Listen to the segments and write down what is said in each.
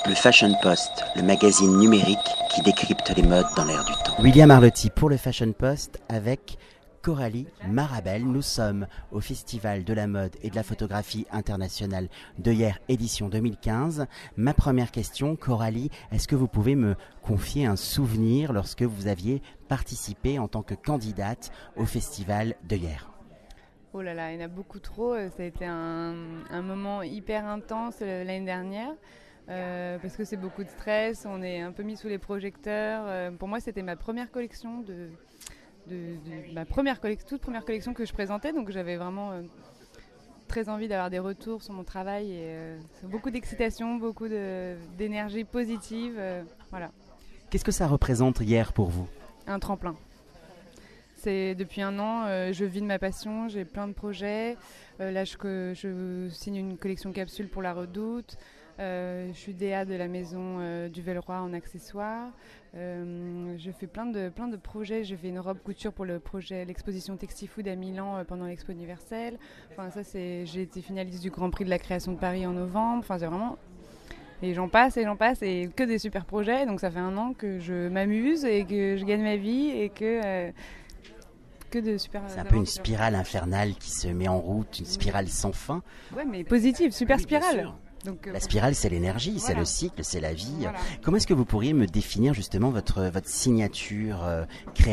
Le Fashion Post, le magazine numérique qui décrypte les modes dans l'air du temps. William Arlotti pour le Fashion Post avec Coralie Marabel. Nous sommes au Festival de la mode et de la photographie internationale d'Œillères édition 2015. Ma première question, Coralie, est-ce que vous pouvez me confier un souvenir lorsque vous aviez participé en tant que candidate au Festival d'Œillères ? Oh là là, il y en a beaucoup trop. Ça a été un moment hyper intense l'année dernière. Parce que c'est beaucoup de stress, on est un peu mis sous les projecteurs. Pour moi, c'était ma première collection, ma toute première collection que je présentais, donc j'avais vraiment très envie d'avoir des retours sur mon travail et beaucoup d'excitation, beaucoup d'énergie positive. Voilà. Qu'est-ce que ça représente hier pour vous ? Un tremplin. C'est depuis un an, je vis de ma passion, j'ai plein de projets. Là, je signe une collection capsule pour la Redoute. Je suis DA de la maison du Velleroy en accessoires. Je fais plein de projets. J'ai fait une robe couture pour l'exposition Textifood à Milan pendant l'Expo universelle. Enfin, j'ai été finaliste du Grand Prix de la création de Paris en novembre. Enfin, c'est vraiment... Et j'en passe et que des super projets. Donc ça fait un an que je m'amuse et que je gagne ma vie et que de super... C'est un peu une spirale infernale qui se met en route, une spirale sans fin. Ouais, mais positive, super spirale. Donc, la spirale, c'est l'énergie, voilà. C'est le cycle, c'est la vie. Voilà. Comment est-ce que vous pourriez me définir justement votre signature créative ?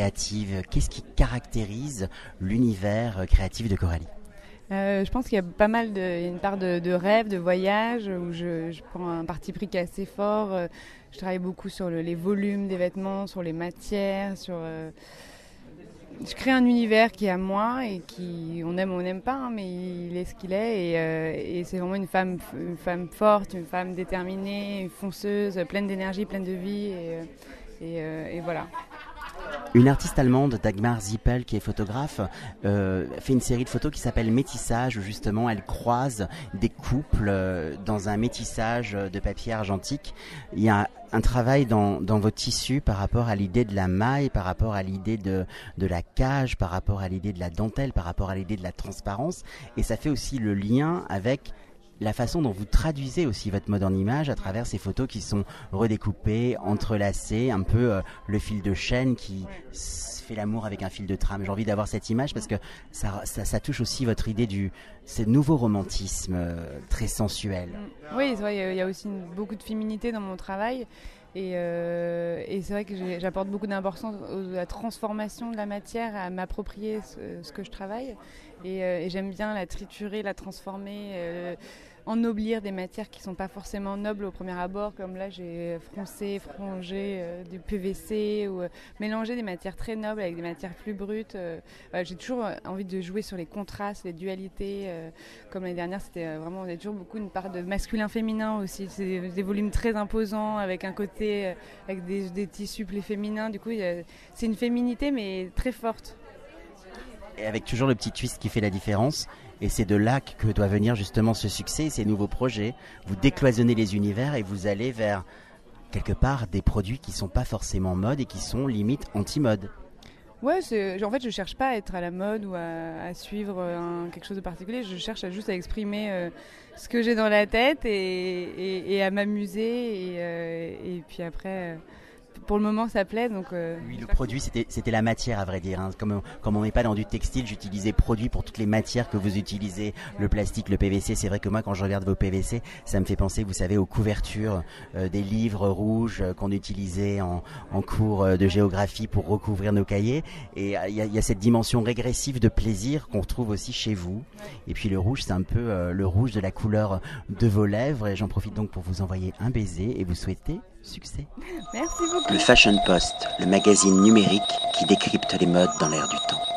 Qu'est-ce qui caractérise l'univers créatif de Coralie ? Je pense qu'il y a il y a une part de rêve, de voyage, où je prends un parti pris qui est assez fort. Je travaille beaucoup sur les volumes des vêtements, sur les matières, je crée un univers qui est à moi et qui, on aime ou on n'aime pas, hein, mais il est ce qu'il est et c'est vraiment une femme forte, une femme déterminée, fonceuse, pleine d'énergie, pleine de vie et voilà. Une artiste allemande, Dagmar Zippel, qui est photographe, fait une série de photos qui s'appelle Métissage, où justement elle croise des couples dans un métissage de papier argentique. Il y a un travail dans vos tissus par rapport à l'idée de la maille, par rapport à l'idée de la cage, par rapport à l'idée de la dentelle, par rapport à l'idée de la transparence. Et ça fait aussi le lien avec la façon dont vous traduisez aussi votre mode en image à travers ces photos qui sont redécoupées, entrelacées, un peu le fil de chaîne qui fait l'amour avec un fil de trame. J'ai envie d'avoir cette image parce que ça touche aussi votre idée ce nouveau romantisme très sensuel. Oui, c'est vrai, il y a aussi beaucoup de féminité dans mon travail. Et c'est vrai que j'apporte beaucoup d'importance à la transformation de la matière, à m'approprier ce que je travaille. Et j'aime bien la triturer, la transformer, ennoblir des matières qui ne sont pas forcément nobles au premier abord, comme là j'ai frangé du PVC, ou mélanger des matières très nobles avec des matières plus brutes. J'ai toujours envie de jouer sur les contrastes, les dualités. Comme l'année dernière, c'était vraiment, il y a toujours beaucoup une part de masculin-féminin aussi. C'est des volumes très imposants avec un côté, avec des tissus plus féminins. Du coup, c'est une féminité mais très forte. Et avec toujours le petit twist qui fait la différence. Et c'est de là que doit venir justement ce succès, ces nouveaux projets. Vous décloisonnez les univers et vous allez vers, quelque part, des produits qui ne sont pas forcément mode et qui sont limite anti-mode. Ouais, en fait, je ne cherche pas à être à la mode ou à suivre quelque chose de particulier. Je cherche juste à exprimer ce que j'ai dans la tête et à m'amuser. Et puis après... Pour le moment, ça plaît. Donc, oui, le produit, c'était la matière, à vrai dire. Hein. Comme on n'est pas dans du textile, j'utilisais produit pour toutes les matières que vous utilisez. Le plastique, le PVC. C'est vrai que moi, quand je regarde vos PVC, ça me fait penser, vous savez, aux couvertures des livres rouges qu'on utilisait en cours de géographie pour recouvrir nos cahiers. Et il y a cette dimension régressive de plaisir qu'on retrouve aussi chez vous. Et puis le rouge, c'est un peu le rouge de la couleur de vos lèvres. Et j'en profite donc pour vous envoyer un baiser et vous souhaiter succès. Merci beaucoup. Le Fashion Post, le magazine numérique qui décrypte les modes dans l'air du temps.